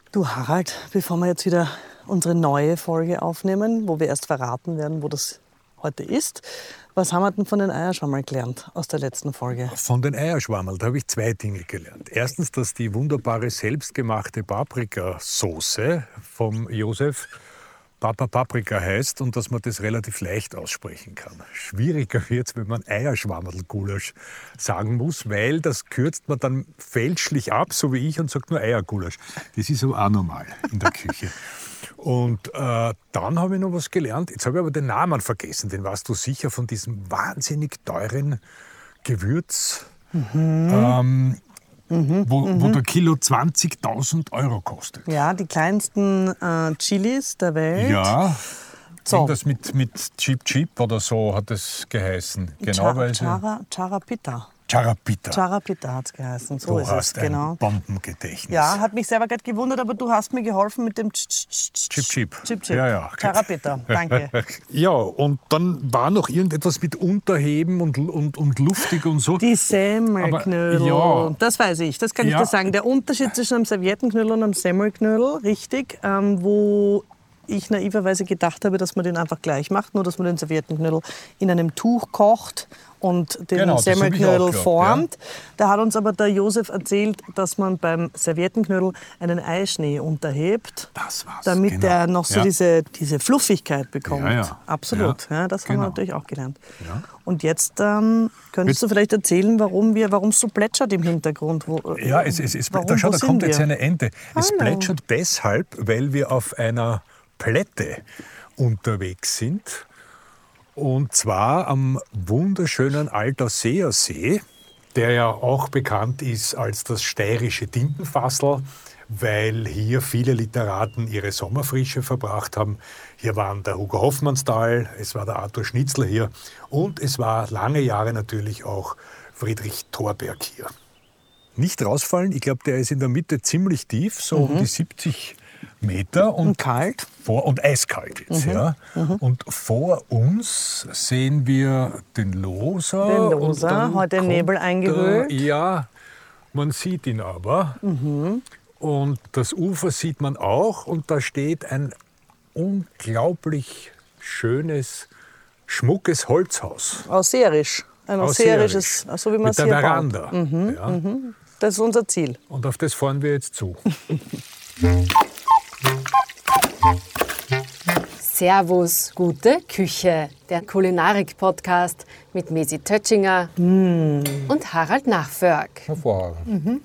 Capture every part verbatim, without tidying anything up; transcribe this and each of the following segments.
Du Harald, bevor wir jetzt wieder unsere neue Folge aufnehmen, wo wir erst verraten werden, wo das heute ist, was haben wir denn von den Eierschwammerl gelernt aus der letzten Folge? Von den Eierschwammerl, da habe ich zwei Dinge gelernt. Erstens, dass die wunderbare selbstgemachte Paprikasauce vom Josef Papa Paprika heißt und dass man das relativ leicht aussprechen kann. Schwieriger wird es, wenn man Eierschwammerl-Gulasch sagen muss, weil das kürzt man dann fälschlich ab, so wie ich, und sagt nur Eiergulasch. Das ist aber auch normal in der Küche. Und äh, dann habe ich noch was gelernt. Jetzt habe ich aber den Namen vergessen. Den warst du sicher, von diesem wahnsinnig teuren Gewürz, Mhm. ähm, Mhm. wo, Mhm. wo der Kilo zwanzigtausend Euro kostet. Ja, die kleinsten äh, Chilis der Welt. Ja, So. das mit, mit Chip Chip oder so hat es geheißen. Genau, Chara, weil sie- Chara, Charapita. Charapita. Charapita hat es geheißen. So Du ist hast es, genau. ein Bombengedächtnis. Ja, hat mich selber gerade gewundert, aber du hast mir geholfen mit dem Chip Chip Chip. Chip Chip. Ja, ja. Charapita, danke. Ja, und dann war noch irgendetwas mit Unterheben und, und, und luftig und so. Die Semmelknödel, Aber, ja. das weiß ich, das kann ich Ja. dir sagen. Der Unterschied zwischen einem Serviettenknödel und einem Semmelknödel, richtig, ähm, wo ich naiverweise gedacht habe, dass man den einfach gleich macht, nur dass man den Serviettenknödel in einem Tuch kocht und den Genau, das hab ich auch Semmelknödel geglaubt, formt. Da hat uns aber der Josef erzählt, dass man beim Serviettenknödel einen Eischnee unterhebt, Das war's, damit genau. der noch so Ja. diese, diese Fluffigkeit bekommt. Ja, ja. Absolut, Ja, ja, das haben genau. wir natürlich auch gelernt. Ja. Und jetzt ähm, könntest Jetzt- du vielleicht erzählen, warum wir, warum es so plätschert im Hintergrund. Wo, Ja, es, es, es, warum, da, schau, wo da sind kommt wir? jetzt eine Ente. Es Hallo. plätschert deshalb, weil wir auf einer Plätte unterwegs sind. Und zwar am wunderschönen Alterseer See, der ja auch bekannt ist als das steirische Tintenfassel, weil hier viele Literaten ihre Sommerfrische verbracht haben. Hier waren der Hugo Hoffmannsthal, es war der Arthur Schnitzler hier und es war lange Jahre natürlich auch Friedrich Thorberg hier. Nicht rausfallen, ich glaube, der ist in der Mitte ziemlich tief, so um die siebzig Meter. Und, Und kalt. Vor, und eiskalt jetzt, ja. Und vor uns sehen wir den Loser. Den und Loser, dann heute in kommt Nebel eingehüllt. Der, ja, man sieht ihn aber. Und das Ufer sieht man auch. Und da steht ein unglaublich schönes, schmuckes Holzhaus. Ausseerisch. Ein ausseerisches, Ausseerisch. so wie man Mit es der hier Veranda. baut. Ja. Das ist unser Ziel. Und auf das fahren wir jetzt zu. Servus, gute Küche, der Kulinarik-Podcast mit Mesi Tötschinger und Harald Nachförg. Hervorragend.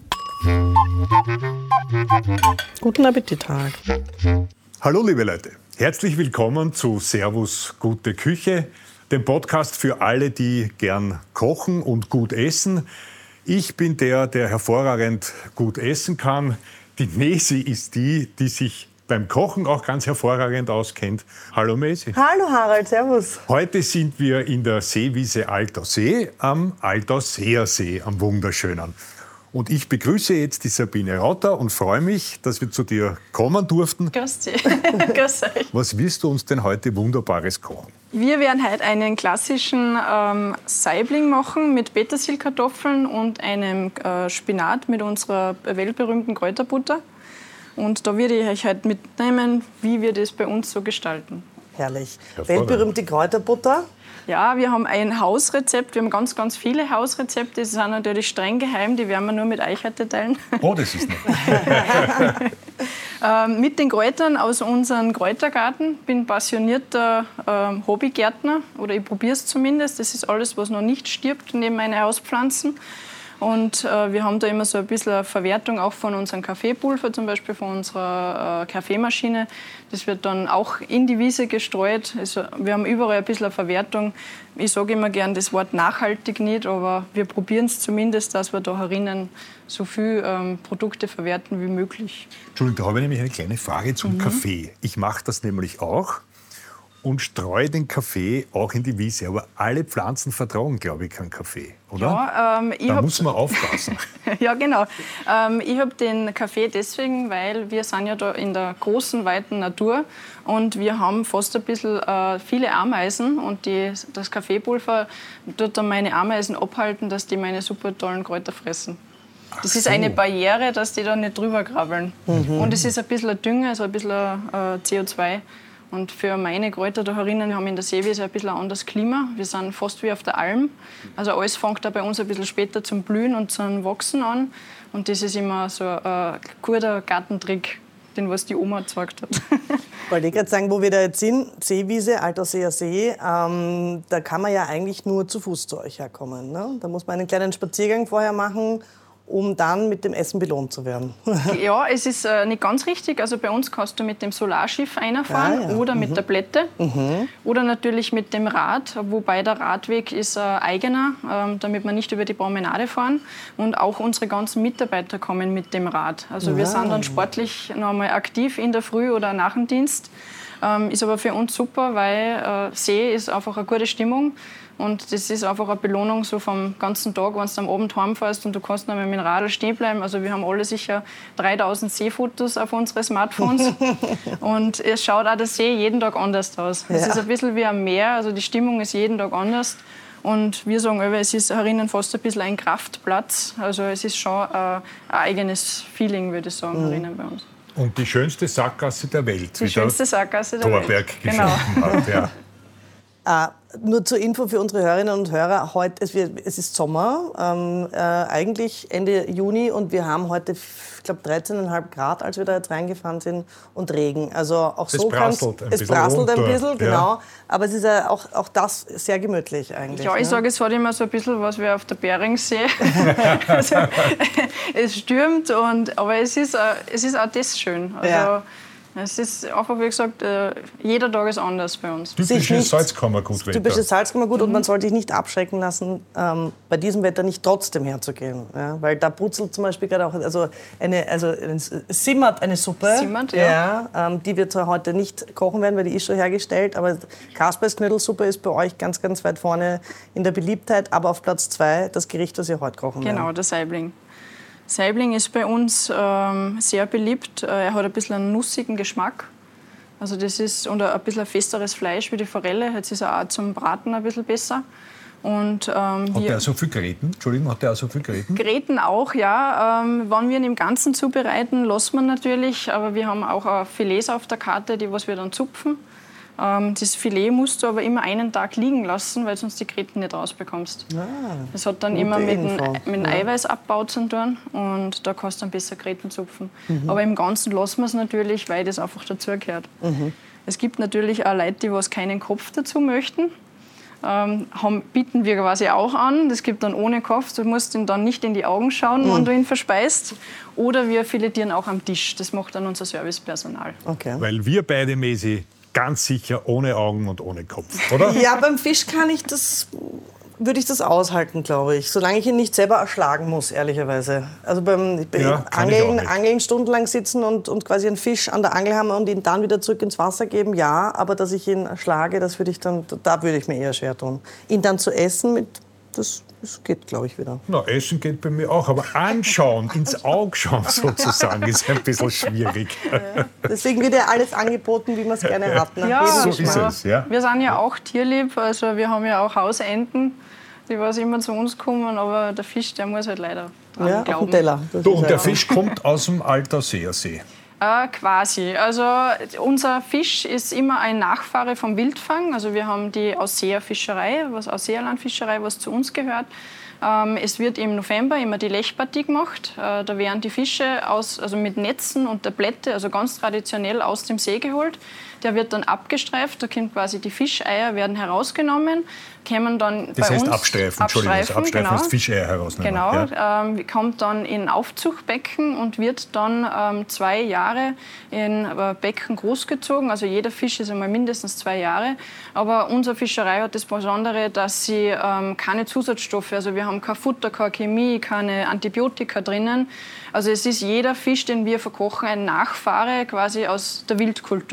Guten Appetit, Harald. Hallo liebe Leute, herzlich willkommen zu Servus Gute Küche, dem Podcast für alle, die gern kochen und gut essen. Ich bin der, der hervorragend gut essen kann. Die Mesi ist die, die sich beim Kochen auch ganz hervorragend auskennt. Hallo Mesi. Hallo Harald, servus. Heute sind wir in der Seewiese Altersee am Alterseer See, am wunderschönen. Und ich begrüße jetzt die Sabine Rauter und freue mich, dass wir zu dir kommen durften. Grüß dich. Grüß euch. Was willst du uns denn heute Wunderbares kochen? Wir werden heute einen klassischen ähm, Saibling machen mit Petersilkartoffeln und einem äh, Spinat mit unserer weltberühmten Kräuterbutter. Und da würde ich euch heute mitnehmen, wie wir das bei uns so gestalten. Herrlich. Hervorragend. Weltberühmte Kräuterbutter. Ja, wir haben ein Hausrezept. Wir haben ganz, ganz viele Hausrezepte. Die sind natürlich streng geheim. Die werden wir nur mit euch heute teilen. Oh, das ist nett. Ähm, mit den Kräutern aus unserem Kräutergarten. Ich bin passionierter ähm, Hobbygärtner, oder ich probiere es zumindest. Das ist alles, was noch nicht stirbt neben meinen Hauspflanzen. Und äh, wir haben da immer so ein bisschen eine Verwertung auch von unserem Kaffeepulver, zum Beispiel von unserer äh, Kaffeemaschine. Das wird dann auch in die Wiese gestreut. Also wir haben überall ein bisschen eine Verwertung. Ich sage immer gern das Wort nachhaltig nicht, aber wir probieren es zumindest, dass wir da herinnen so viel ähm, Produkte verwerten wie möglich. Entschuldigung, da habe ich nämlich eine kleine Frage zum Mhm. Kaffee. Ich mache das nämlich auch und streue den Kaffee auch in die Wiese. Aber alle Pflanzen vertragen, glaube ich, keinen Kaffee, oder? Ja, ähm, ich da hab- muss man aufpassen. Ja, genau. Ähm, ich habe den Kaffee deswegen, weil wir sind ja da in der großen, weiten Natur und wir haben fast ein bisschen äh, viele Ameisen und die, das Kaffeepulver tut dann meine Ameisen abhalten, dass die meine super tollen Kräuter fressen. Das Ach ist so. eine Barriere, dass die da nicht drüber krabbeln. Mhm. Und es ist ein bisschen Dünger, also ein bisschen äh, C O zwei. Und für meine Kräuter da herinnen, wir haben in der Seewiese ein bisschen ein anderes Klima. Wir sind fast wie auf der Alm. Also alles fängt da bei uns ein bisschen später zum Blühen und zum Wachsen an. Und das ist immer so ein guter Gartentrick, den was die Oma gezeigt hat. Wollte ich gerade sagen, wo wir da jetzt sind, Seewiese, Alterseer See, ähm, da kann man ja eigentlich nur zu Fuß zu euch herkommen. Ne? Da muss man einen kleinen Spaziergang vorher machen, um dann mit dem Essen belohnt zu werden. Ja, es ist äh, nicht ganz richtig. Also bei uns kannst du mit dem Solarschiff einfahren ah, ja. oder mhm. mit der Plätte mhm. oder natürlich mit dem Rad, wobei der Radweg ist äh, eigener, ähm, damit wir nicht über die Promenade fahren. Und auch unsere ganzen Mitarbeiter kommen mit dem Rad. Also ja. wir sind dann sportlich noch einmal aktiv in der Früh oder nach dem Dienst. Ähm, ist aber für uns super, weil äh, See ist einfach eine gute Stimmung. Und das ist einfach eine Belohnung so vom ganzen Tag, wenn du am Abend heimfährst und du kannst noch mal mit dem Radl stehen bleiben. Also wir haben alle sicher dreitausend Seefotos auf unsere Smartphones. Und es schaut auch der See jeden Tag anders aus. Es ja. ist ein bisschen wie ein Meer, also die Stimmung ist jeden Tag anders. Und wir sagen immer, es ist herinnen fast ein bisschen ein Kraftplatz. Also es ist schon ein, ein eigenes Feeling, würde ich sagen, mhm. herinnen bei uns. Und die schönste Sackgasse der Welt. Die schönste Sackgasse der Thorberg Welt. Genau. Hat, ja. Uh, nur zur Info für unsere Hörerinnen und Hörer, heute, es, wird, es ist Sommer, ähm, äh, eigentlich Ende Juni und wir haben heute, ich glaube, dreizehn Komma fünf Grad, als wir da jetzt reingefahren sind und Regen. Also auch so es prasselt ein es bisschen. Prasselt ein runter. bisschen, genau. Ja. Aber es ist ja auch, auch das sehr gemütlich eigentlich. Ja, ich ne? sage, es hat immer so ein bisschen was wie auf der Beringsee. Also, es stürmt, und, aber es ist, es ist auch das schön. Also, ja. Es ist einfach, wie gesagt, jeder Tag ist anders bei uns. Typisches Salzkammergut. Typisches Salzkammergut mhm. und man sollte sich nicht abschrecken lassen, ähm, bei diesem Wetter nicht trotzdem herzugehen. Ja? Weil da brutzelt zum Beispiel gerade auch, also eine, also es simmert eine Suppe. Simmert, ja. ja ähm, die wir zwar heute nicht kochen werden, weil die ist schon hergestellt, aber Kaspers Knödelsuppe ist bei euch ganz, ganz weit vorne in der Beliebtheit, aber auf Platz zwei das Gericht, das ihr heute kochen werdet. Genau, der Saibling. Saibling ist bei uns ähm, sehr beliebt. Er hat ein bisschen einen nussigen Geschmack. Also das ist und ein bisschen ein festeres Fleisch wie die Forelle. Jetzt ist er auch zum Braten ein bisschen besser. Und, ähm, hat der auch so viel Gräten? Entschuldigung, hat der auch so viel Gräten? Gräten auch, ja. Ähm, wenn wir ihn im Ganzen zubereiten, lassen wir natürlich. Aber wir haben auch äh, Filets auf der Karte, die was wir dann zupfen. Ähm, das Filet musst du aber immer einen Tag liegen lassen, weil sonst die Gräten nicht rausbekommst. Ah, das hat dann immer mit dem, mit dem ja. Eiweißabbau zu tun und da kannst du dann besser Gräten zupfen. Mhm. Aber im Ganzen lassen wir es natürlich, weil das einfach dazugehört. Mhm. Es gibt natürlich auch Leute, die was keinen Kopf dazu möchten. Ähm, haben, bieten wir quasi auch an. Das gibt dann ohne Kopf. Du musst ihm dann nicht in die Augen schauen, mhm. wenn du ihn verspeist. Oder wir filetieren auch am Tisch. Das macht dann unser Servicepersonal. Okay. Weil wir beide, Mesi, ganz sicher ohne Augen und ohne Kopf, oder? Ja, beim Fisch kann ich das, würde ich das aushalten, glaube ich. Solange ich ihn nicht selber erschlagen muss, ehrlicherweise. Also beim ja, Angeln, Angeln stundenlang sitzen und, und quasi einen Fisch an der Angel haben und ihn dann wieder zurück ins Wasser geben, ja. Aber dass ich ihn erschlage, das würde ich dann, da würde ich mir eher schwer tun. Ihn dann zu essen, mit, das, das geht, glaube ich, wieder. Na, Essen geht bei mir auch, aber anschauen, ins Auge schauen sozusagen, ist ein bisschen schwierig. Ja. Deswegen wird ja alles angeboten, wie man es gerne hat. Nach ja, so ist es, ja. Wir sind ja auch tierlieb, also wir haben ja auch Hausenten, die was immer zu uns kommen, aber der Fisch, der muss halt leider dran ja, glauben. Auf den Teller. Du, und der Fisch kommt aus dem Alterseer See. Äh, quasi. Also unser Fisch ist immer ein Nachfahre vom Wildfang. Also wir haben die Ausseerfischerei, was Ausseerlandfischerei, was zu uns gehört. Ähm, es wird im November immer die Lechpartie gemacht. Äh, da werden die Fische aus, also mit Netzen und der Plätte, also ganz traditionell aus dem See geholt. Der wird dann abgestreift, da kommt quasi die Fischeier werden herausgenommen, kommen dann das bei heißt uns abstreifen, Entschuldigung, abstreifen, abstreifen genau. ist Fischeier herausnehmen. Genau, ja. ähm, kommt dann in Aufzuchtbecken und wird dann ähm, zwei Jahre in äh, Becken großgezogen. Also jeder Fisch ist einmal mindestens zwei Jahre. Aber unsere Fischerei hat das Besondere, dass sie ähm, keine Zusatzstoffe, also wir haben kein Futter, keine Chemie, keine Antibiotika drinnen. Also es ist jeder Fisch, den wir verkochen, ein Nachfahre quasi aus der Wildkultur.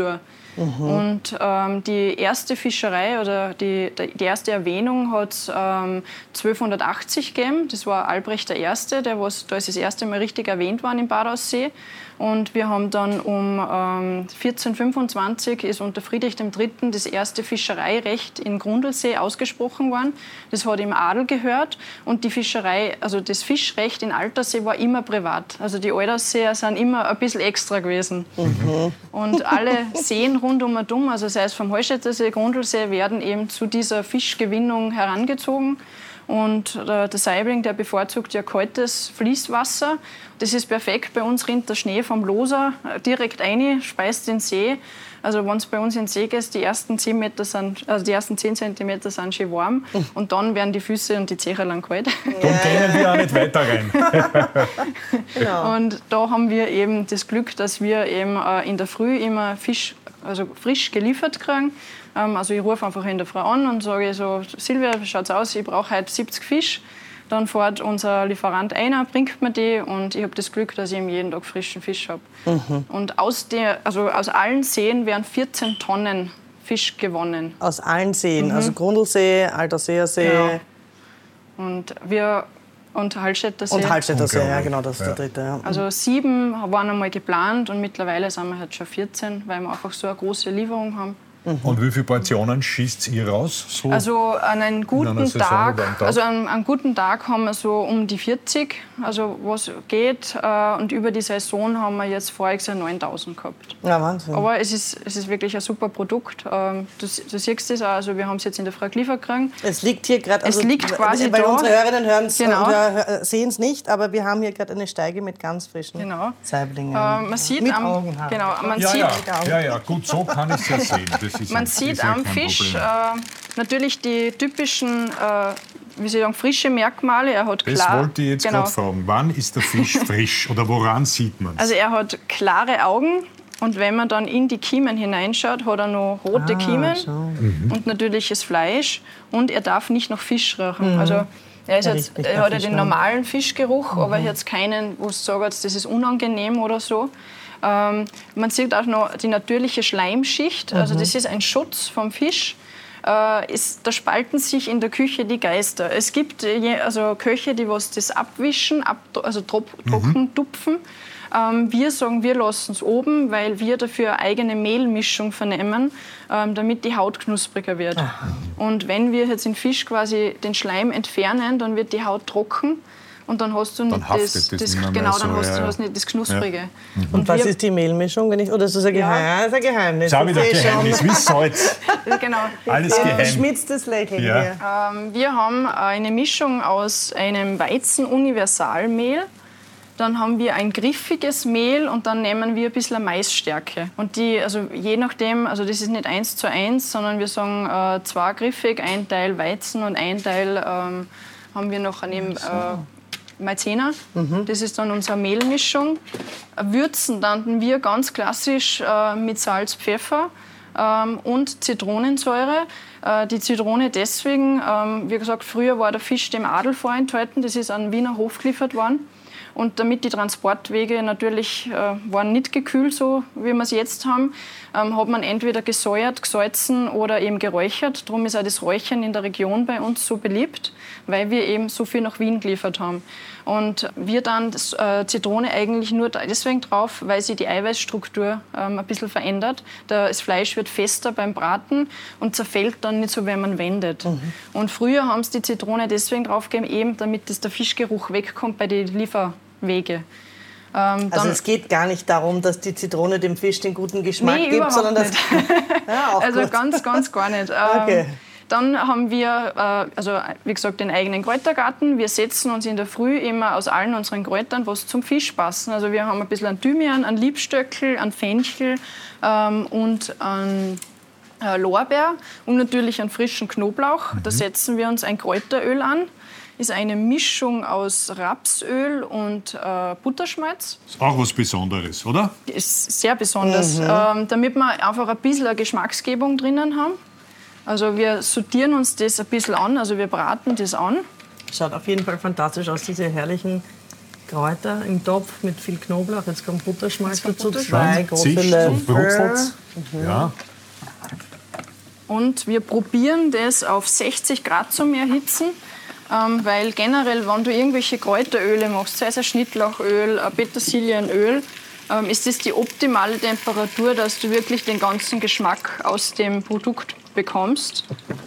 Mhm. Und ähm, die erste Fischerei oder die, die erste Erwähnung hat es ähm, zwölfhundertachtzig gegeben. Das war Albrecht der Erste, der was, da ist das erste Mal richtig erwähnt worden im Bad Aussee. Und wir haben dann um ähm, vierzehnhundertfünfundzwanzig ist unter Friedrich der Dritte das erste Fischereirecht in Grundlsee ausgesprochen worden. Das hat im Adel gehört. Und die Fischerei, also das Fischrecht in Altersee war immer privat. Also die Altersseer sind immer ein bisschen extra gewesen. Mhm. Und alle Seen rund um und um, also sei es vom Heustädtersee, Grundlsee, werden eben zu dieser Fischgewinnung herangezogen. Und der, der Saibling, der bevorzugt ja kaltes Fließwasser. Das ist perfekt. Bei uns rinnt der Schnee vom Loser direkt rein, speist den See. Also wenn es bei uns in den See geht, die ersten zehn Meter sind, also die ersten zehn Zentimeter sind schon warm. Und dann werden die Füße und die Zehen lang kalt. Dann gehen wir auch nicht weiter rein. Genau. Und da haben wir eben das Glück, dass wir eben in der Früh immer Fisch, also frisch geliefert kriegen. Also ich rufe einfach in der Früh an und sage so, Silvia, wie schaut's aus? Ich brauche heute siebzig Fisch. Dann fährt unser Lieferant einer, bringt mir die und ich habe das Glück, dass ich eben jeden Tag frischen Fisch habe. Mhm. Und aus, der, also aus allen Seen werden vierzehn Tonnen Fisch gewonnen. Aus allen Seen, Mhm. also Grundlsee, Alterseer See. Genau. Und wir und Hallstätter See. Und Hallstätter See, ja Unglaublich. genau, das ist Ja. der dritte. Ja. Also sieben waren einmal geplant und mittlerweile sind wir halt schon vierzehn, weil wir einfach so eine große Lieferung haben. Und wie viele Portionen schießt ihr raus? So Also an einem einer guten Saison oder am Tag, Tag? also an einem guten Tag haben wir so um die vierzig, also was geht. äh, Und über die Saison haben wir jetzt voriges Jahr neuntausend gehabt. Ja, Wahnsinn. Aber es ist, es ist wirklich ein super Produkt. Ähm, Du, du siehst es auch, also wir haben es jetzt in der Früh geliefert gekriegt. Es liegt hier gerade, Es liegt quasi weil da. unsere Hörerinnen hören es Genau. und sehen es nicht, aber wir haben hier gerade eine Steige mit ganz frischen Genau. Saiblingen. Äh, man sieht mit am, Augenhaaren. genau, man ja, sieht, ja, ja, ja, gut, so kann ich es ja sehen. Das ist man ja, sieht ist ja am kein Fisch Problem. äh, natürlich die typischen, äh, wie soll ich sagen, frische Merkmale. Er hat Das klar, wollte ich jetzt genau. gerade fragen. Wann ist der Fisch frisch oder woran sieht man es? Also er hat klare Augen und wenn man dann in die Kiemen hineinschaut, hat er noch rote Ah, Kiemen so. und natürliches Fleisch und er darf nicht nach Fisch riechen. Also er, ist Ja, jetzt, richtig, er der hat ja Fisch, den ja. normalen Fischgeruch, aber jetzt keinen, wo du sagst, das ist unangenehm oder so. Ähm, man sieht auch noch die natürliche Schleimschicht, also das ist ein Schutz vom Fisch. Äh, ist, da spalten sich in der Küche die Geister. Es gibt äh, je, also Köche, die was das abwischen, ab, also trop, trocken tupfen. Ähm, wir sagen, wir lassen es oben, weil wir dafür eine eigene Mehlmischung vernehmen, ähm, damit die Haut knuspriger wird. Aha. Und wenn wir jetzt den Fisch quasi den Schleim entfernen, dann wird die Haut trocken. Und dann hast du nicht haftet das, das das, nicht mehr genau, so, dann hast ja, du ja. hast nicht das Knusprige. Ja. Und, Und was wir, ist die Mehlmischung? Wenn ich, oder ist das ein Geheimnis? Ja. Das ist ein Geheimnis. Schau wieder Ich sehe Geheimnis, schon. wie Salz. genau. Alles Ein geheim. verschmitztes Lächeln Ja. hier. Ähm, wir haben eine Mischung aus einem Weizen-Universalmehl. Dann haben wir ein griffiges Mehl und dann nehmen wir ein bisschen Maisstärke. Und die, also je nachdem, also das ist nicht eins zu eins, sondern wir sagen äh, zwei griffig, ein Teil Weizen und ein Teil ähm, haben wir noch neben äh, Maizena. Mhm. Das ist dann unsere Mehlmischung. Würzen dann wir ganz klassisch äh, mit Salz, Pfeffer ähm, und Zitronensäure. Äh, die Zitrone deswegen, ähm, wie gesagt, früher war der Fisch dem Adel vorenthalten. Das ist an den Wiener Hof geliefert worden. Und damit die Transportwege natürlich äh, waren nicht gekühlt, so wie wir es jetzt haben, ähm, hat man entweder gesäuert, gesalzen oder eben geräuchert. Darum ist auch das Räuchern in der Region bei uns so beliebt, weil wir eben so viel nach Wien geliefert haben. Und wir dann das, äh, Zitrone eigentlich nur deswegen drauf, weil sie die Eiweißstruktur ähm, ein bisschen verändert. Das Fleisch wird fester beim Braten und zerfällt dann nicht so, wenn man wendet. Mhm. Und früher haben sie die Zitrone deswegen draufgegeben, eben damit das der Fischgeruch wegkommt bei den Lieferwege. Ähm, Also es geht gar nicht darum, dass die Zitrone dem Fisch den guten Geschmack nee, gibt, sondern dass... nicht. Ja, auch also gut. ganz, ganz gar nicht. Ähm, Okay. Dann haben wir, äh, also wie gesagt, den eigenen Kräutergarten. Wir setzen uns in der Früh immer aus allen unseren Kräutern was zum Fisch passen. Also wir haben ein bisschen an Thymian, an Liebstöckel, an Fenchel ähm, und an äh, Lorbeer und natürlich an frischen Knoblauch. Mhm. Da setzen wir uns ein Kräuteröl an. Ist eine Mischung aus Rapsöl und äh, Butterschmalz. Ist auch was Besonderes, oder? Ist sehr besonders, Mhm. ähm, damit wir einfach ein bisschen eine Geschmacksgebung drinnen haben. Also wir sortieren uns das ein bisschen an, also wir braten das an. Schaut auf jeden Fall fantastisch aus, diese herrlichen Kräuter im Topf mit viel Knoblauch. Jetzt kommt Butterschmalz Jetzt kommt dazu, Butterschmalz. zwei große Zischt und Löffel. brutzelt's. Mhm. Ja. Und wir probieren das auf sechzig Grad zu erhitzen, ähm, weil generell, wenn du irgendwelche Kräuteröle machst, sei es ein Schnittlauchöl, ein Petersilienöl, ähm, ist das die optimale Temperatur, dass du wirklich den ganzen Geschmack aus dem Produkt bekommst.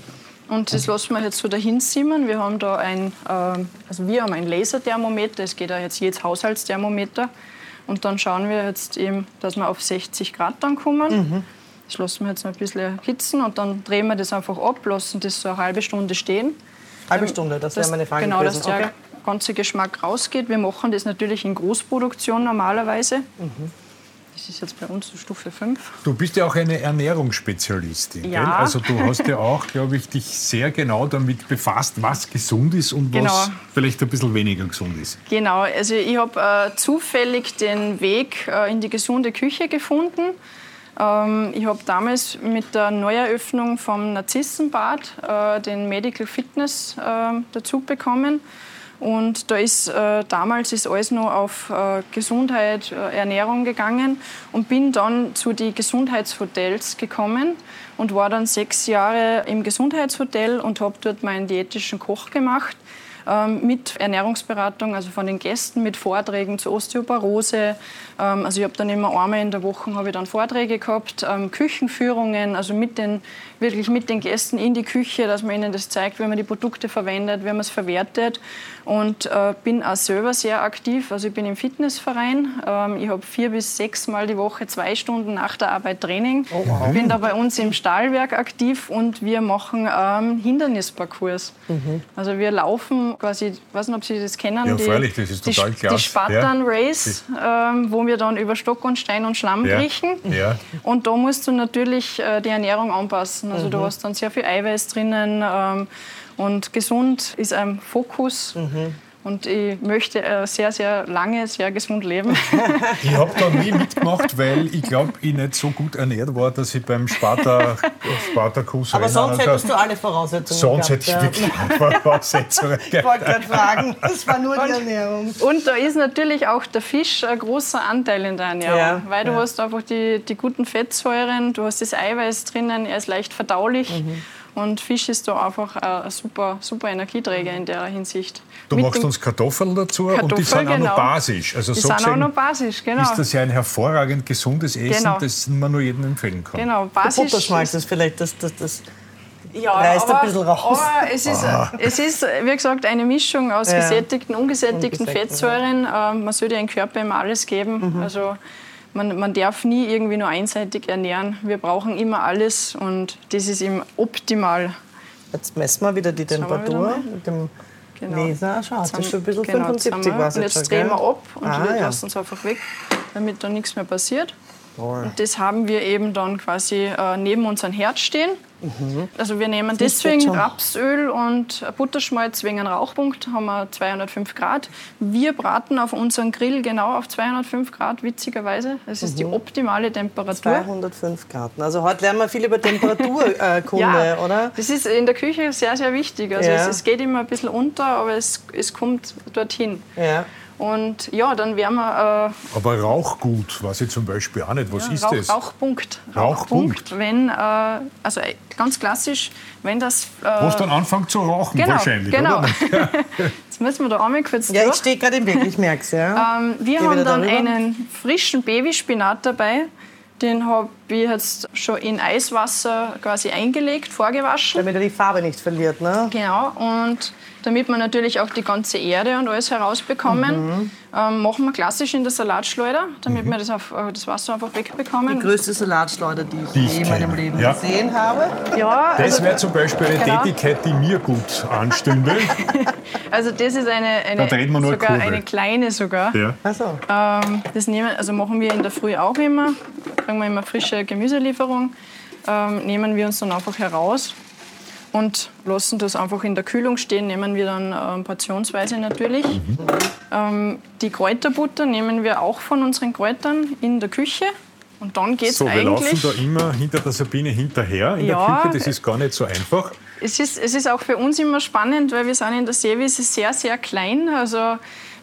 Und das lassen wir jetzt so dahin simmern. Wir haben da ein, ähm, also wir haben ein Laserthermometer, es geht ja jetzt jedes Haushaltsthermometer. Und dann schauen wir jetzt eben, dass wir auf sechzig Grad dann kommen. Mhm. Das lassen wir jetzt noch ein bisschen erhitzen und dann drehen wir das einfach ab, lassen das so eine halbe Stunde stehen. Halbe Stunde, das wäre meine Frage Genau, gewesen. dass der okay. ganze Geschmack rausgeht. Wir machen das natürlich in Großproduktion normalerweise. Mhm. Das ist jetzt bei uns Stufe fünf. Du bist ja auch eine Ernährungsspezialistin. Ja. Gell? Also du hast ja auch, glaube ich, dich sehr genau damit befasst, was gesund ist und genau. was vielleicht ein bisschen weniger gesund ist. Genau, also ich habe äh, zufällig den Weg äh, in die gesunde Küche gefunden. Ähm, ich habe damals mit der Neueröffnung vom Narzissenbad äh, den Medical Fitness äh, dazu bekommen. Und da ist äh, damals ist alles noch auf äh, Gesundheit, äh, Ernährung gegangen und bin dann zu den Gesundheitshotels gekommen und war dann sechs Jahre im Gesundheitshotel und habe dort meinen diätischen Koch gemacht. Mit Ernährungsberatung, also von den Gästen, mit Vorträgen zur Osteoporose. Also ich habe dann immer einmal in der Woche habe ich dann Vorträge gehabt, Küchenführungen, also mit den, wirklich mit den Gästen in die Küche, dass man ihnen das zeigt, wie man die Produkte verwendet, wie man es verwertet. Und äh, bin auch selber sehr aktiv, also ich bin im Fitnessverein. Ähm, ich habe vier bis sechs Mal die Woche zwei Stunden nach der Arbeit Training. Oh, wow. Bin da bei uns im Stahlwerk aktiv und wir machen ähm, Hindernisparcours. Mhm. Also wir laufen quasi, ich weiß nicht, ob Sie das kennen, ja, die, freilich, das ist total die, klasse. die Spartan ja. Race, ähm, wo wir dann über Stock und Stein und Schlamm ja. kriechen. Ja. Und da musst du natürlich äh, die Ernährung anpassen. Also mhm. du hast dann sehr viel Eiweiß drinnen ähm, und gesund ist ein Fokus. Mhm. Und ich möchte äh, sehr, sehr lange, sehr gesund leben. Ich habe da nie mitgemacht, weil ich glaube, ich nicht so gut ernährt war, dass ich beim Sparta, Spartakus Aber sonst hättest du alle Voraussetzungen Sonst gehabt, hätte ich wirklich alle Voraussetzungen gehabt. Ich wollte gerade fragen, das war nur die Ernährung. Und da ist natürlich auch der Fisch ein großer Anteil in der Ernährung. Ja, weil du ja. hast einfach die, die guten Fettsäuren, du hast das Eiweiß drinnen, er ist leicht verdaulich. Mhm. Und Fisch ist da einfach ein super, super Energieträger in der Hinsicht. Du Mit machst uns Kartoffeln dazu Kartoffel, und die sind genau. auch noch basisch. Also die so sind gesehen auch noch basisch, genau. ist das ja ein hervorragend gesundes Essen, genau. das man nur jedem empfehlen kann. Genau, basisch. Der Butterschmalz ist vielleicht das, das, das ja, reißt aber, ein bisschen raus. Aber es ist, ah. es ist, wie gesagt, eine Mischung aus ja. gesättigten, ungesättigten Ungesättigt, Fettsäuren. Ja. Man sollte dem Körper immer alles geben. Mhm. Also man, man darf nie irgendwie nur einseitig ernähren. Wir brauchen immer alles und das ist eben optimal. Jetzt messen wir wieder die Temperatur mit dem genau. Laser. Schau, das ist schon ein bisschen genau, fünfundsiebzig. Und jetzt, jetzt drehen wir ab und ah, wir ja. lassen es einfach weg, damit da nichts mehr passiert. Und das haben wir eben dann quasi äh, neben unserem Herd stehen. Mhm. Also wir nehmen das deswegen Rapsöl und Butterschmalz wegen einem Rauchpunkt, haben wir zweihundertfünf Grad. Wir braten auf unseren Grill genau auf zweihundertfünf Grad, witzigerweise. Das ist mhm. die optimale Temperatur. zweihundertfünf Grad. Also heute lernen wir viel über Temperaturkunde, äh, ja, oder? Das ist in der Küche sehr, sehr wichtig. Also ja. es, es geht immer ein bisschen unter, aber es, es kommt dorthin. Ja. Und ja, dann werden wir... Äh, Aber Rauchgut, weiß ich zum Beispiel auch nicht. Was ja, ist Rauch, das? Rauchpunkt. Rauchpunkt. Rauchpunkt. Wenn, äh, also ganz klassisch, wenn das... Äh, Wo es dann anfängt zu rauchen, genau, wahrscheinlich, genau. oder? Jetzt müssen wir da einmal kurz Ja, durch. ich stehe gerade im Weg, ich merke es. Ja. Ähm, wir Geh haben dann darüber. einen frischen Babyspinat dabei. Den habe ich jetzt schon in Eiswasser quasi eingelegt, vorgewaschen. Damit er die Farbe nicht verliert, ne? Genau, und damit wir natürlich auch die ganze Erde und alles herausbekommen, mhm. ähm, machen wir klassisch in der Salatschleuder, damit mhm. wir das, auf, äh, das Wasser einfach wegbekommen. Die größte Salatschleuder, die ich, die ich je in meinem kenne. Leben ja. gesehen habe. Ja, das also, wäre zum Beispiel eine genau. Tätigkeit, die mir gut anstünde. Also das ist eine, eine, da wir nur sogar Kurbel. eine kleine sogar. Ja. Ach so. ähm, das nehmen, also machen wir in der Früh auch immer. Kriegen wir immer frische Gemüselieferung. Ähm, nehmen wir uns dann einfach heraus und lassen das einfach in der Kühlung stehen, nehmen wir dann ähm, portionsweise natürlich. Mhm. Ähm, die Kräuterbutter nehmen wir auch von unseren Kräutern in der Küche. Und dann geht's so, wir eigentlich... laufen da immer hinter der Sabine hinterher in ja, der Küche, das ist gar nicht so einfach. Es ist, es ist auch für uns immer spannend, weil wir sind in der Seewiese sehr, sehr klein. Also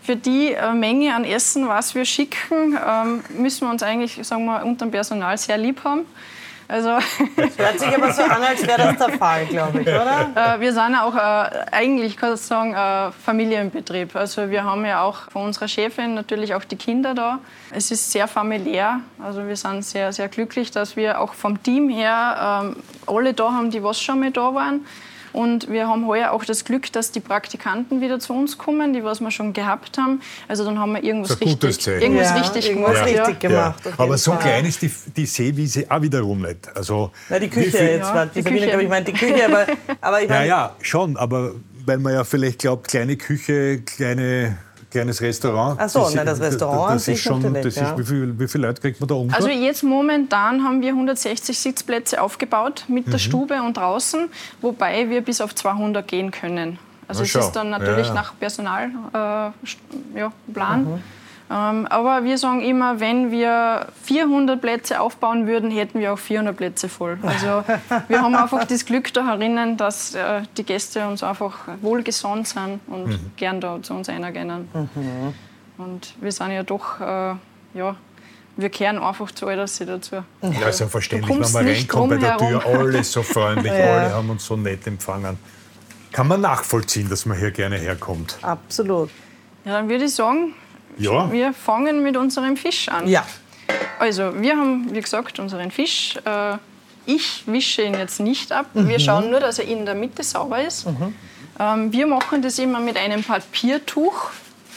für die äh, Menge an Essen, was wir schicken, ähm, müssen wir uns eigentlich, sagen wir, unter dem Personal sehr lieb haben. Also hört sich aber so an, als wäre das der Fall, glaube ich, oder? äh, wir sind auch äh, eigentlich, kann ich sagen, äh, Familienbetrieb. Also wir haben ja auch von unserer Chefin natürlich auch die Kinder da. Es ist sehr familiär. Also wir sind sehr, sehr glücklich, dass wir auch vom Team her ähm, alle da haben, die was schon mal da waren. Und wir haben heuer auch das Glück, dass die Praktikanten wieder zu uns kommen, die was wir schon gehabt haben. Also dann haben wir irgendwas richtig, irgendwas ja, richtig irgendwas gemacht. richtig gemacht Ja. Aber so Fall. Klein ist die, die Seewiese auch wiederum nicht. Also, Na, die Küche jetzt, ja, die, die Sabine, glaube ich, meint die Küche, aber, aber ich meine... Ja, ja, schon, aber weil man ja vielleicht glaubt, kleine Küche, kleine... Kleines Restaurant. Ach so, das, na, das Restaurant das ist schon. Das ja. ist, wie, viel, wie viele Leute kriegt man da unter? Also jetzt momentan haben wir hundertsechzig Sitzplätze aufgebaut mit der mhm. Stube und draußen, wobei wir bis auf zweihundert gehen können. Also na, es ist dann natürlich ja, ja. nach Personalplan. Äh, ja, mhm. ähm, aber wir sagen immer, wenn wir vierhundert Plätze aufbauen würden, hätten wir auch vierhundert Plätze voll. Also wir haben einfach das Glück da herinnen, dass äh, die Gäste uns einfach wohlgesonnen sind und mhm. gern da zu uns reingehen. Mhm. Und wir sind ja doch, äh, ja, wir kehren einfach zu all das dazu. Ja, ist ja verständlich, wenn man reinkommt bei der Tür, alle so freundlich, ja. alle haben uns so nett empfangen. Kann man nachvollziehen, dass man hier gerne herkommt? Absolut. Ja, dann würde ich sagen, ja. wir fangen mit unserem Fisch an. Ja. Also, wir haben, wie gesagt, unseren Fisch. Äh, ich wische ihn jetzt nicht ab. Mhm. Wir schauen nur, dass er in der Mitte sauber ist. Mhm. Ähm, wir machen das immer mit einem Papiertuch.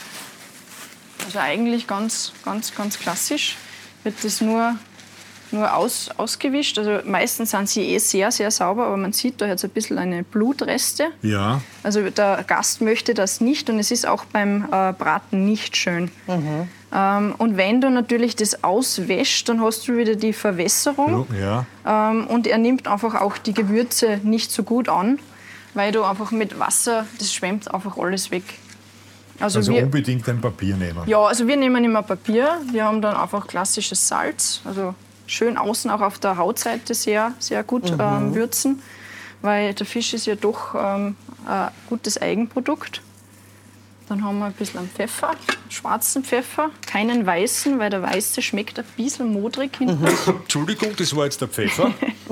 Also eigentlich ganz, ganz, ganz klassisch. Wird das nur, nur aus, ausgewischt. Also meistens sind sie eh sehr, sehr sauber, aber man sieht da jetzt ein bisschen eine Blutreste. Ja. Also der Gast möchte das nicht und es ist auch beim äh, Braten nicht schön. Mhm. Ähm, und wenn du natürlich das auswäschst, dann hast du wieder die Verwässerung. Ja. Ähm, und er nimmt einfach auch die Gewürze nicht so gut an, weil du einfach mit Wasser, das schwemmt einfach alles weg. Also, also wir, unbedingt ein Papier nehmen? Ja, also wir nehmen immer Papier. Wir haben dann einfach klassisches Salz, also schön außen auch auf der Hautseite sehr, sehr gut mhm. ähm, würzen, weil der Fisch ist ja doch ähm, ein gutes Eigenprodukt. Dann haben wir ein bisschen Pfeffer, schwarzen Pfeffer, keinen weißen, weil der weiße schmeckt ein bisschen modrig hinten. Mhm. Entschuldigung, das war jetzt der Pfeffer.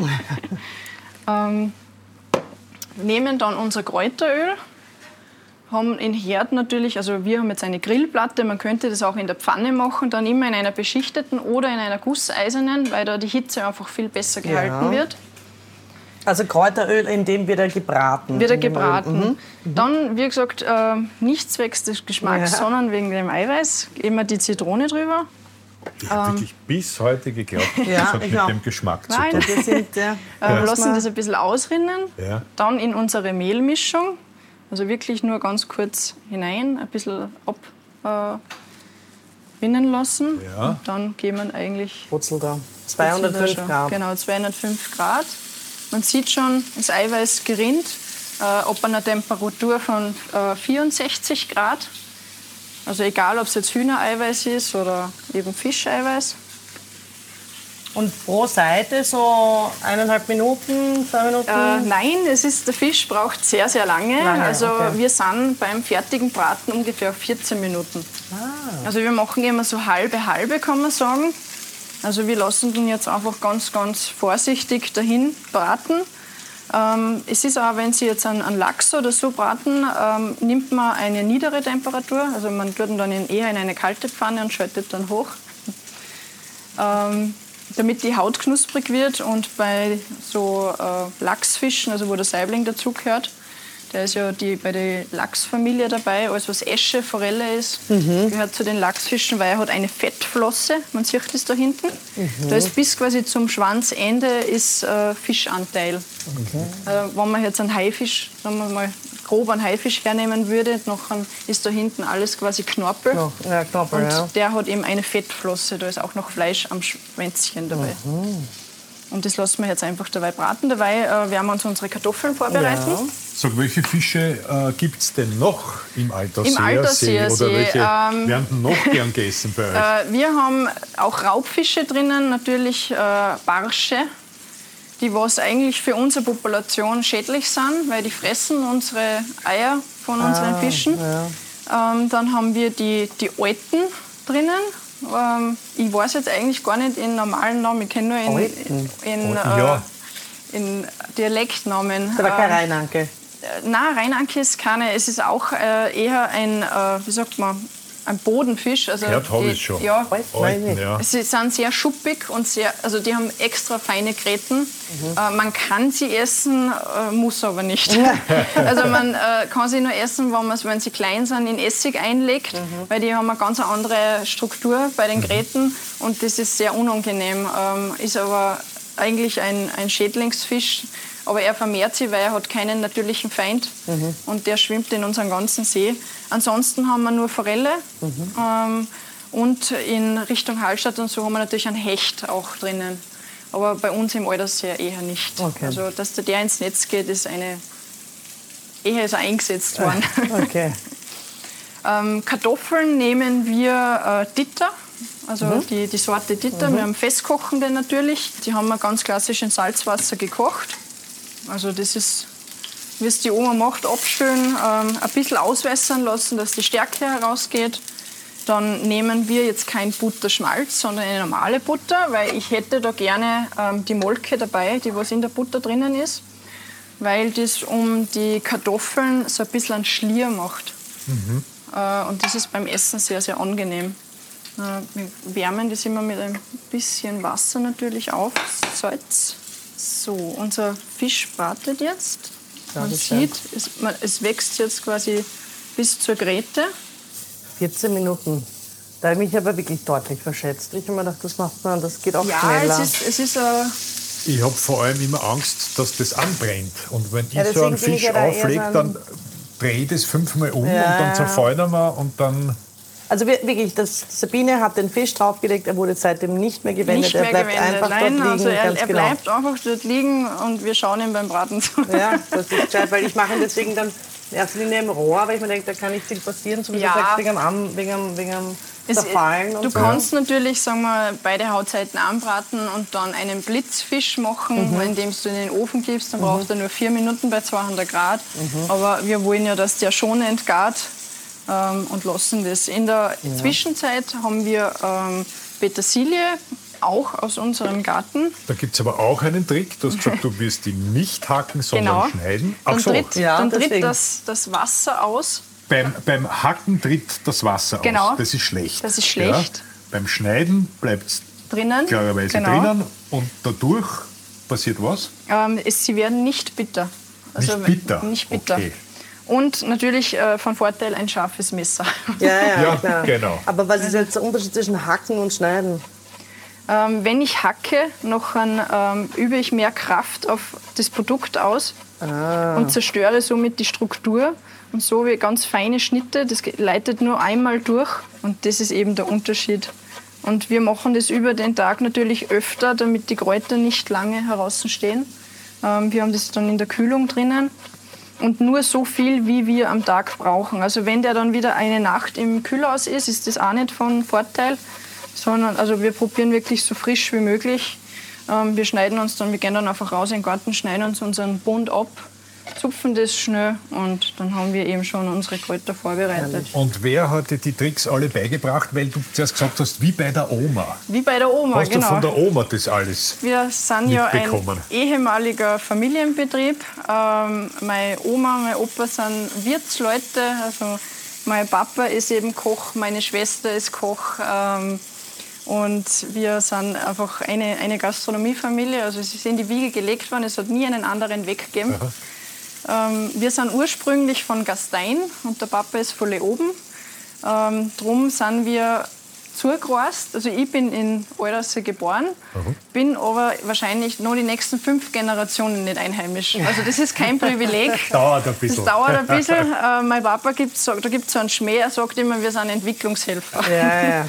ähm, nehmen dann unser Kräuteröl. Haben in Herd natürlich, also wir haben jetzt eine Grillplatte, man könnte das auch in der Pfanne machen, dann immer in einer beschichteten oder in einer gusseisernen, weil da die Hitze einfach viel besser gehalten ja. wird. Also Kräuteröl, in dem wird er gebraten? Wird er gebraten. Mhm. Mhm. Dann, wie gesagt, äh, nicht zwecks des Geschmacks, ja. sondern wegen dem Eiweiß, immer die Zitrone drüber. Ich habe ähm, wirklich bis heute geglaubt, ja, das hat mit auch. dem Geschmack Nein. zu tun. Wir sind, ja. äh, ja. lassen das ein bisschen ausrinnen, ja. dann in unsere Mehlmischung. Also wirklich nur ganz kurz hinein, ein bisschen abwinnen äh, lassen. Ja. Und dann gehen wir eigentlich... Wurzel da. zweihundertfünf Grad. Genau, zweihundertfünf Grad. Man sieht schon, das Eiweiß gerinnt, äh, ab einer Temperatur von äh, vierundsechzig Grad. Also egal, ob es jetzt Hühnereiweiß ist oder eben Fischeiweiß. Und pro Seite so eineinhalb Minuten, zwei Minuten? Äh, nein, es ist, der Fisch braucht sehr, sehr lange. lange also okay. wir sind beim fertigen Braten ungefähr auf vierzehn Minuten. Ah. Also wir machen immer so halbe, halbe, kann man sagen. Also wir lassen den jetzt einfach ganz, ganz vorsichtig dahin braten. Ähm, es ist auch, wenn Sie jetzt einen, einen Lachs oder so braten, ähm, nimmt man eine niedere Temperatur. Also man tut ihn dann in, eher in eine kalte Pfanne und schaltet dann hoch. Ähm, damit die Haut knusprig wird und bei so äh, Lachsfischen, also wo der Saibling dazugehört, der ist ja die, bei der Lachsfamilie dabei, alles was Esche, Forelle ist, mhm. gehört zu den Lachsfischen, weil er hat eine Fettflosse, man sieht das da hinten. Mhm. Da ist bis quasi zum Schwanzende ist äh, Fischanteil. Okay. Äh, wenn man jetzt einen Haifisch, sagen wir mal grob einen Haifisch hernehmen würde, nachher ist da hinten alles quasi Knorpel. No, ja, Knorpel und ja. der hat eben eine Fettflosse, da ist auch noch Fleisch am Schwänzchen dabei. Mhm. Und das lassen wir jetzt einfach dabei braten. Dabei äh, werden wir uns unsere Kartoffeln vorbereiten. Ja. So, welche Fische äh, gibt es denn noch im Alterseer Im Alterseer See? Oder welche ähm, werden noch gern gegessen bei euch? Äh, wir haben auch Raubfische drinnen, natürlich äh, Barsche, die was eigentlich für unsere Population schädlich sind, weil die fressen unsere Eier von unseren ah, Fischen. Ja. Ähm, dann haben wir die, die alten drinnen. Ähm, ich weiß jetzt eigentlich gar nicht in normalen Namen, ich kenne nur in, in, in, Alten, ja. äh, in Dialektnamen. Das war kein Ähm, Rheinanke. Nein, Rheinanke ist keine. Es ist auch äh, eher ein, äh, wie sagt man, ein Bodenfisch. Also Gehört habe die- ich schon. Ja, Alten, ja. sie sind sehr schuppig und sehr, also die haben extra feine Gräten. Äh, man kann sie essen, äh, muss aber nicht. Also man äh, kann sie nur essen, wenn, man, wenn sie klein sind, in Essig einlegt, weil die haben eine ganz andere Struktur bei den Gräten und das ist sehr unangenehm. Ähm, ist aber eigentlich ein, ein Schädlingsfisch. Aber er vermehrt sich, weil er hat keinen natürlichen Feind mhm. und der schwimmt in unserem ganzen See. Ansonsten haben wir nur Forelle mhm. ähm, und in Richtung Hallstatt und so haben wir natürlich einen Hecht auch drinnen. Aber bei uns im Aldersee eher nicht. Okay. Also dass der, der ins Netz geht, ist eine eher ist er eingesetzt worden. Okay. ähm, Kartoffeln nehmen wir äh, Ditter. Also mhm. die, die Sorte Ditter. Mhm. Wir haben festkochende natürlich. Die haben wir ganz klassisch in Salzwasser gekocht. Also das ist, wie es die Oma macht, abschön, ähm, ein bisschen auswässern lassen, dass die Stärke herausgeht. Dann nehmen wir jetzt kein Butterschmalz, sondern eine normale Butter, weil ich hätte da gerne ähm, die Molke dabei, die was in der Butter drinnen ist, weil das um die Kartoffeln so ein bisschen einen Schlier macht. Mhm. Äh, und das ist beim Essen sehr, sehr angenehm. Äh, wir wärmen das immer mit ein bisschen Wasser natürlich auf, Salz. So, unser Fisch bratet jetzt. Man sieht, es, man, es wächst jetzt quasi bis zur Gräte. vierzehn Minuten. Da habe ich mich aber wirklich deutlich verschätzt. Ich habe mir gedacht, das macht man, das geht auch Ja, schneller. es ist, es ist äh, Ich habe vor allem immer Angst, dass das anbrennt. Und wenn ich Ja, so einen deswegen bin ich Fisch ja da eher auflege, so ein- dann drehe ich das fünfmal um Ja, und dann ja. zerfallen wir und dann... Also wir- wirklich, das, Sabine hat den Fisch draufgelegt, er wurde seitdem nicht mehr gewendet. nicht mehr er bleibt gewendet. einfach Nein, dort liegen, also er, ganz er genau. bleibt einfach dort liegen und wir schauen ihm beim Braten zu. Ja, das ist gescheit, weil ich mache ihn deswegen dann in erster Linie im Rohr, weil ich mir denke, da kann nicht viel passieren, so wie Ja. du sagst, wegen am, Arm- wegen am, wegen am Es- Zerfallen und Du so. kannst natürlich, sagen wir, beide Hautseiten anbraten und dann einen Blitzfisch machen, Mhm. indem du in den Ofen gibst. Dann braucht er nur vier Minuten bei zweihundert Grad. Mhm. Aber wir wollen ja, dass der schonend gart ähm, und lassen das. In der Ja. Zwischenzeit haben wir ähm, Petersilie, auch aus unserem Garten. Da gibt es aber auch einen Trick. Du hast gesagt, du wirst die nicht hacken, sondern Genau. schneiden. Ach Dann so, tritt, Ja, dann tritt deswegen. das, das Wasser aus. beim, beim Hacken tritt das Wasser Genau. aus. Das ist schlecht. Das ist schlecht. Ja. Beim Schneiden bleibt es Drinnen. klarerweise Genau. drinnen und dadurch passiert was? Ähm, es, sie werden nicht bitter. Nicht bitter? Nicht bitter. Okay. Und natürlich äh, von Vorteil ein scharfes Messer. Ja, ja, Ja, klar. genau. Aber was ist jetzt der Unterschied zwischen Hacken und Schneiden? Ähm, wenn ich hacke, noch ein, ähm, übe ich mehr Kraft auf das Produkt aus Ah. und zerstöre somit die Struktur. Und so wie ganz feine Schnitte, das ge- leitet nur einmal durch. Und das ist eben der Unterschied. Und wir machen das über den Tag natürlich öfter, damit die Kräuter nicht lange heraus stehen. Ähm, wir haben das dann in der Kühlung drinnen. Und nur so viel, wie wir am Tag brauchen. Also wenn der dann wieder eine Nacht im Kühlhaus ist, ist das auch nicht von Vorteil. Sondern also wir probieren wirklich so frisch wie möglich. Ähm, wir schneiden uns dann, wir gehen dann einfach raus in den Garten, schneiden uns unseren Bund ab, zupfen das schnell und dann haben wir eben schon unsere Kräuter vorbereitet. Und wer hat dir die Tricks alle beigebracht? Weil du zuerst gesagt hast, wie bei der Oma. Wie bei der Oma, Hast genau. du von der Oma das alles? Wir sind ja ein mitbekommen? ehemaliger Familienbetrieb. Ähm, meine Oma, mein Opa sind Wirtsleute. Also mein Papa ist eben Koch, meine Schwester ist Koch. Ähm, und wir sind einfach eine, eine Gastronomiefamilie. Also es ist in die Wiege gelegt worden, es hat nie einen anderen Weg gegeben. Ähm, wir sind ursprünglich von Gastein und der Papa ist von Leoben. Ähm, drum sind wir zugereist. Also ich bin in Aldersee geboren, Mhm. bin aber wahrscheinlich noch die nächsten fünf Generationen nicht einheimisch. Also das ist kein Privileg. Dauert ein bisschen. Das dauert ein bisschen. Äh, mein Papa gibt, sagt, da gibt es so einen Schmäh, er sagt immer, wir sind Entwicklungshelfer. Ja, ja.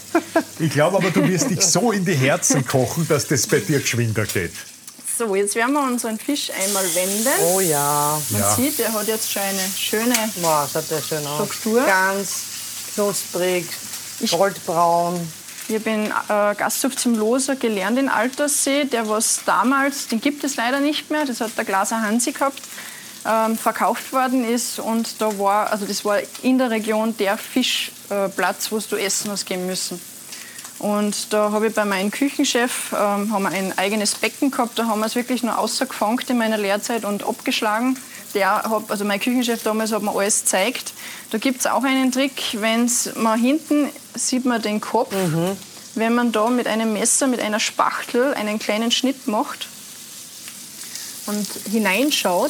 Ich glaube aber, du wirst dich so in die Herzen kochen, dass das bei dir geschwinder geht. So, jetzt werden wir unseren Fisch einmal wenden. Oh ja. Man Ja. sieht, er hat jetzt schon eine schöne Boah, schaut der schön aus. Struktur. Ganz knusprig, Ich- goldbraun. Ich bin äh, Gasthof zum Loser gelernt in Alterssee. Der was damals, den gibt es leider nicht mehr, das hat der Glaser Hansi gehabt. ähm, verkauft worden ist. Und da war, also das war in der Region der Fischplatz, äh, wo du essen hast gehen müssen. Und da habe ich bei meinem Küchenchef ähm, haben wir ein eigenes Becken gehabt. Da haben wir es wirklich nur außergefangen in meiner Lehrzeit und abgeschlagen. Der hat, also mein Küchenchef damals hat mir alles gezeigt. Da gibt es auch einen Trick, wenn man hinten sieht man den Kopf. Mhm. Wenn man da mit einem Messer, mit einer Spachtel einen kleinen Schnitt macht und hineinschaut,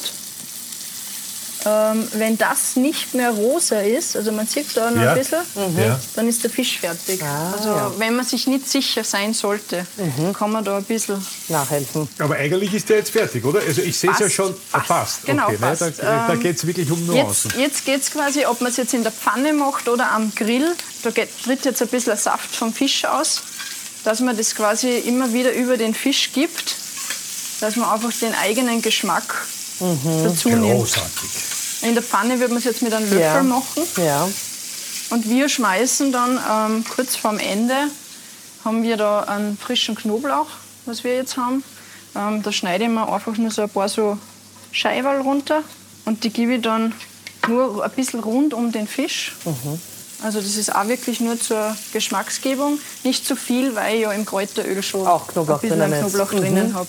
ähm, wenn das nicht mehr rosa ist, also man sieht da noch ja. ein bisschen, mhm. ja. dann ist der Fisch fertig. Ah, also ja. wenn man sich nicht sicher sein sollte, mhm. kann man da ein bisschen nachhelfen. Aber eigentlich ist der jetzt fertig, oder? Also ich sehe es ja schon fast. fast. Genau, okay, fast. Ne? Da, da geht es wirklich um Nuancen. Jetzt, jetzt geht es quasi, ob man es jetzt in der Pfanne macht oder am Grill. Da geht, tritt jetzt ein bisschen Saft vom Fisch aus, dass man das quasi immer wieder über den Fisch gibt, dass man einfach den eigenen Geschmack mhm. dazu nimmt. Großartig. In der Pfanne wird man es jetzt mit einem Löffel ja. machen. Ja. Und wir schmeißen dann ähm, kurz vorm Ende, haben wir da einen frischen Knoblauch, was wir jetzt haben. Ähm, da schneide ich mir einfach nur so ein paar so Scheiberl runter und die gebe ich dann nur ein bisschen rund um den Fisch. Mhm. Also das ist auch wirklich nur zur Geschmacksgebung. Nicht zu viel, weil ich ja im Kräuteröl schon auch Knoblauch ein bisschen drinnen, Knoblauch mhm. drinnen habe.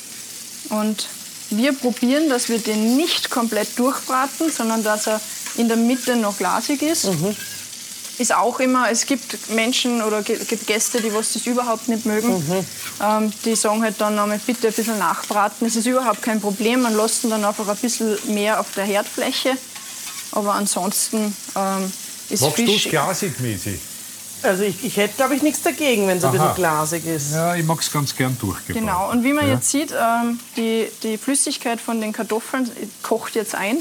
Und wir probieren, dass wir den nicht komplett durchbraten, sondern dass er in der Mitte noch glasig ist. Mhm. Ist auch immer, es gibt Menschen oder gibt Gäste, die was das überhaupt nicht mögen. Mhm. Ähm, die sagen halt dann einmal, bitte ein bisschen nachbraten. Das ist überhaupt kein Problem. Man lässt ihn dann einfach ein bisschen mehr auf der Herdfläche. Aber ansonsten ähm, ist Magst Fisch... Magst du es glasig, Mesi? Also ich, ich hätte, glaube ich, nichts dagegen, wenn es ein bisschen glasig ist. Ja, ich mag es ganz gern durchgebraten. Genau, und wie man ja. jetzt sieht, ähm, die, die Flüssigkeit von den Kartoffeln kocht jetzt ein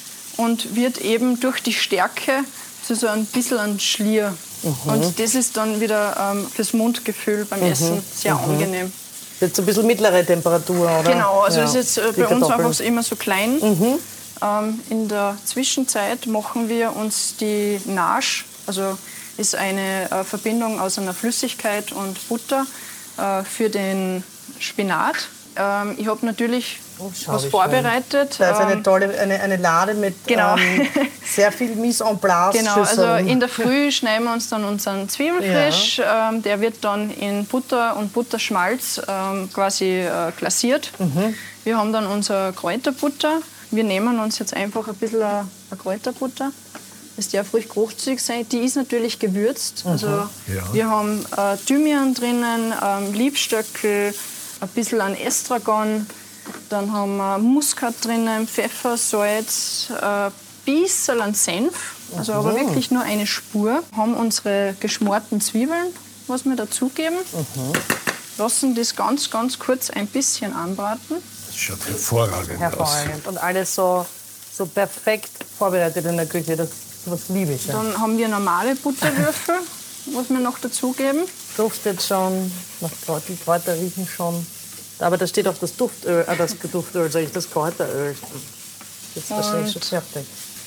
und wird eben durch die Stärke zu so ein bisschen ein Schlier. Mhm. Und das ist dann wieder ähm, fürs Mundgefühl beim mhm. Essen sehr mhm. angenehm. Jetzt ein bisschen mittlere Temperatur, oder? Genau, also ja. ist jetzt äh, bei uns einfach immer so klein. Mhm. Ähm, in der Zwischenzeit machen wir uns die Nage, also ist eine äh, Verbindung aus einer Flüssigkeit und Butter äh, für den Spinat. Ähm, ich habe natürlich oh, was vorbereitet. Da ist eine tolle eine, eine Lade mit genau. ähm, sehr viel Mise en place. Genau, also in der Früh schneiden wir uns dann unseren Zwiebelfisch. Ja. Ähm, der wird dann in Butter und Butterschmalz ähm, quasi äh, glasiert. Mhm. Wir haben dann unsere Kräuterbutter. Wir nehmen uns jetzt einfach ein bisschen eine, eine Kräuterbutter. Es darf ruhig großzügig sein. Die ist natürlich gewürzt. Also ja. wir haben äh, Thymian drinnen, ähm, Liebstöckel, ein bisschen an Estragon. Dann haben wir Muskat drinnen, Pfeffer, Salz, ein äh, bisschen an Senf. Also aber wirklich nur eine Spur. Haben unsere geschmorten Zwiebeln, was wir dazugeben. Mhm. Lassen das ganz, ganz kurz ein bisschen anbraten. Das schaut hervorragend, hervorragend. aus. Und alles so, so perfekt vorbereitet in der Küche. Das Was liebe ich. Ja. Dann haben wir normale Butterwürfel, was wir noch dazugeben. Duftet schon, die Kräuter riechen schon. Aber da steht auch das Duftöl, äh, das Duftöl, sag ich, das Kräuteröl. Jetzt ist wahrscheinlich schon fertig.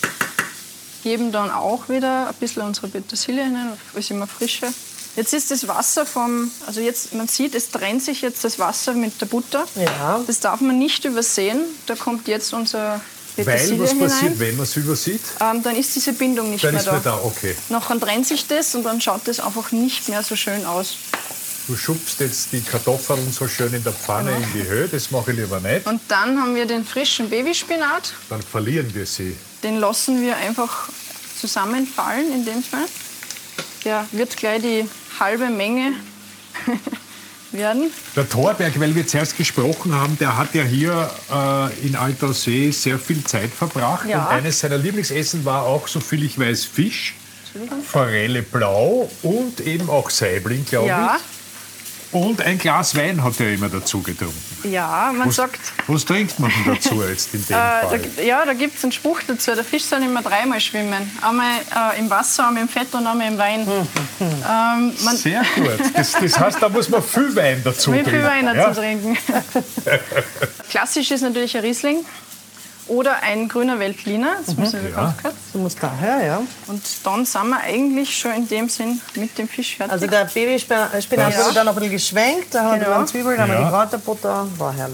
Geben dann auch wieder ein bisschen unsere Petersilie hinein, das ist immer frische. Jetzt ist das Wasser vom, also jetzt, man sieht, es trennt sich jetzt das Wasser mit der Butter. Ja. Das darf man nicht übersehen. Da kommt jetzt unser Petersilie Weil, was hinein. passiert, wenn man es übersieht? Ähm, dann ist diese Bindung nicht dann mehr ist da. Mehr da. Okay. Nachher trennt sich das und dann schaut das einfach nicht mehr so schön aus. Du schubst jetzt die Kartoffeln so schön in der Pfanne genau. in die Höhe, das mache ich lieber nicht. Und dann haben wir den frischen Babyspinat. Dann verlieren wir sie. Den lassen wir einfach zusammenfallen in dem Fall. Der wird gleich die halbe Menge werden. Der Thorberg, weil wir zuerst gesprochen haben, der hat ja hier äh, in Altaussee sehr viel Zeit verbracht. Ja. Und eines seiner Lieblingsessen war auch, so viel ich weiß, Fisch, Forelle blau und eben auch Saibling, glaube ja. ich. Und ein Glas Wein hat er immer dazu getrunken. Ja, man was, sagt... Was trinkt man denn dazu jetzt in dem äh, Fall? Da, ja, da gibt es einen Spruch dazu. Der Fisch soll immer dreimal schwimmen. Einmal äh, im Wasser, einmal im Fett und einmal im Wein. ähm, man Sehr gut. Das, das heißt, da muss man viel Wein dazu trinken. Viel Wein dazu ja? trinken. Klassisch ist natürlich ein Riesling. Oder ein grüner Veltliner, das mhm. müssen wir ja. ganz kurz. Du musst daher, ja. Und dann sind wir eigentlich schon in dem Sinn mit dem Fisch fertig. Also der Babyspinat ja. wurde dann noch ein bisschen geschwenkt, dann haben wir die Zwiebeln, dann ja. haben wir die Kräuterbutter, war herrlich.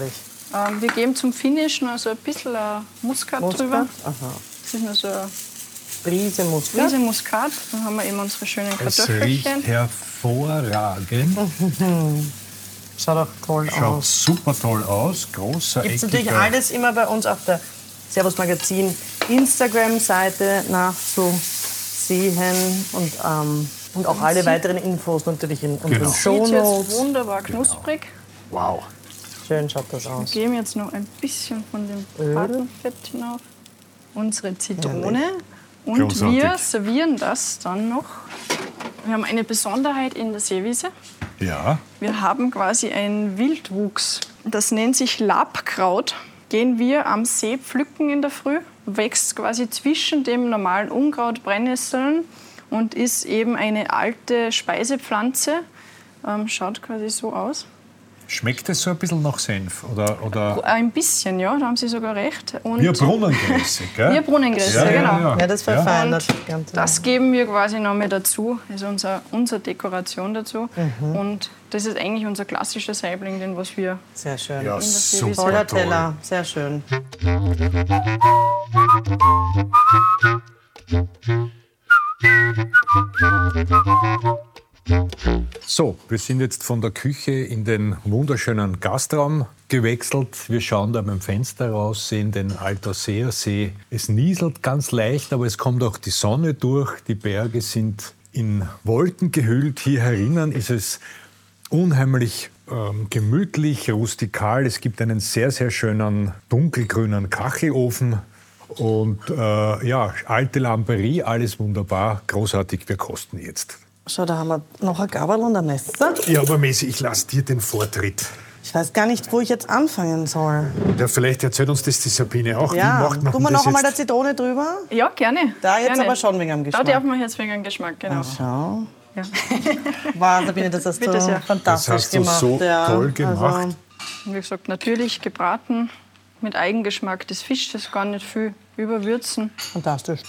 Ähm, wir geben zum Finish noch so ein bisschen äh, Muskat, Muskat? drüber. Aha. Das ist noch so eine Prise Muskat. Prise Muskat. Dann haben wir eben unsere schönen Es Kartoffelchen. riecht hervorragend. Schaut auch toll Schaut aus. super toll aus. Großer, Gibt es eckiger... natürlich alles immer bei uns auf der Servus Magazin Instagram-Seite nachzusehen und, ähm, und auch alle weiteren Infos natürlich in unseren Genau. Riecht jetzt Shownotes. wunderbar knusprig. Wow. Schön schaut das Wir aus. geben jetzt noch ein bisschen von dem Öl. Bratenfett hinauf. Unsere Zitrone. Und Großartig. wir servieren das dann noch. Wir haben eine Besonderheit in der Seewiese. Ja. Wir haben quasi einen Wildwuchs. Das nennt sich Labkraut. Gehen wir am See pflücken in der Früh. Wächst quasi zwischen dem normalen Unkraut, Brennnesseln und ist eben eine alte Speisepflanze. Ähm, schaut quasi so aus. Schmeckt es so ein bisschen nach Senf? Oder, oder Ein bisschen, ja, da haben Sie sogar recht. Und wie ein Brunnengräse, gell? Wie ein Brunnengräse, genau. Ja, das verfeinert das Ganze. Das geben wir quasi noch mal dazu. Das ist unser, unsere Dekoration dazu. Mhm. Und das ist eigentlich unser klassischer Saibling, den was wir... Sehr schön. Ja, super Toller toll. Teller, sehr schön. So, wir sind jetzt von der Küche in den wunderschönen Gastraum gewechselt. Wir schauen da beim Fenster raus, sehen den Altoseer See. Es nieselt ganz leicht, aber es kommt auch die Sonne durch. Die Berge sind in Wolken gehüllt. Hier herinnen ist es unheimlich ähm, gemütlich, rustikal. Es gibt einen sehr, sehr schönen dunkelgrünen Kachelofen. Und äh, ja, alte Lamperie, alles wunderbar, großartig. Wir kosten jetzt. Schau, da haben wir noch ein Gabel und ein Messer. Ja, aber Messi, ich lasse dir den Vortritt. Ich weiß gar nicht, wo ich jetzt anfangen soll. Ja, vielleicht erzählt uns das die Sabine auch. Ja, Wie macht man tun wir das noch einmal der jetzt? Zitrone drüber. Ja, gerne. Da jetzt gerne. aber schon wegen dem Da Geschmack. darf man jetzt wegen dem Geschmack, genau. Schau. Ja. Wow, Sabine, das hast Bitte du sehr. Das fantastisch hast du gemacht. so ja. toll gemacht. Also, Wie gesagt, natürlich gebraten mit Eigengeschmack des Fisches, gar nicht viel überwürzen. fantastisch.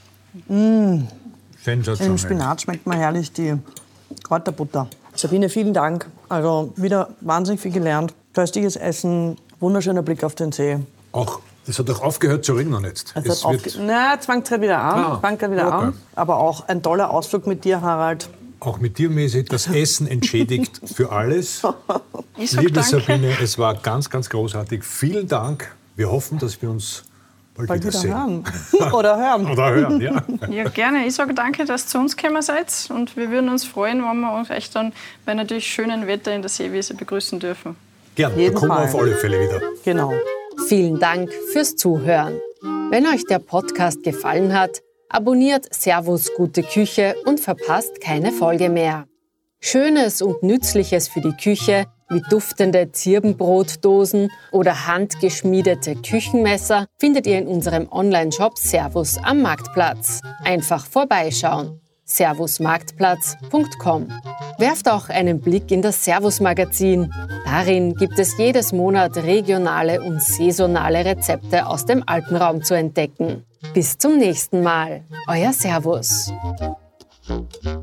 Im Sensationell. Spinat schmeckt man herrlich die Kräuterbutter. Sabine, vielen Dank. Also wieder wahnsinnig viel gelernt. Köstliches Essen, wunderschöner Blick auf den See. Auch, das hat auch aufgehört zu regnen jetzt. Es Es hat wird aufge- Na, jetzt fängt es halt wieder an. Ah, Fängt halt wieder okay. an. Aber auch ein toller Ausflug mit dir, Harald. auch mit dir, Messi, das Essen entschädigt für alles. Ich sag Liebe danke. Sabine, es war ganz, ganz großartig. Vielen Dank. Wir hoffen, dass wir uns bald, Bald wieder wiedersehen. hören. Oder hören. Oder hören, ja. Ja, gerne. Ich sage danke, dass ihr zu uns gekommen seid. Und wir würden uns freuen, wenn wir euch dann bei natürlich schönem Wetter in der Seewiese begrüßen dürfen. Gern, wir Jeden kommen Fall. auf alle Fälle wieder. Genau. Vielen Dank fürs Zuhören. Wenn euch der Podcast gefallen hat, abonniert Servus Gute Küche und verpasst keine Folge mehr. Schönes und Nützliches für die Küche, wie duftende Zirbenbrotdosen oder handgeschmiedete Küchenmesser, findet ihr in unserem Online-Shop Servus am Marktplatz. Einfach vorbeischauen. servus marktplatz punkt com. Werft auch einen Blick in das Servus-Magazin. Darin gibt es jedes Monat regionale und saisonale Rezepte aus dem Alpenraum zu entdecken. Bis zum nächsten Mal. Euer Servus.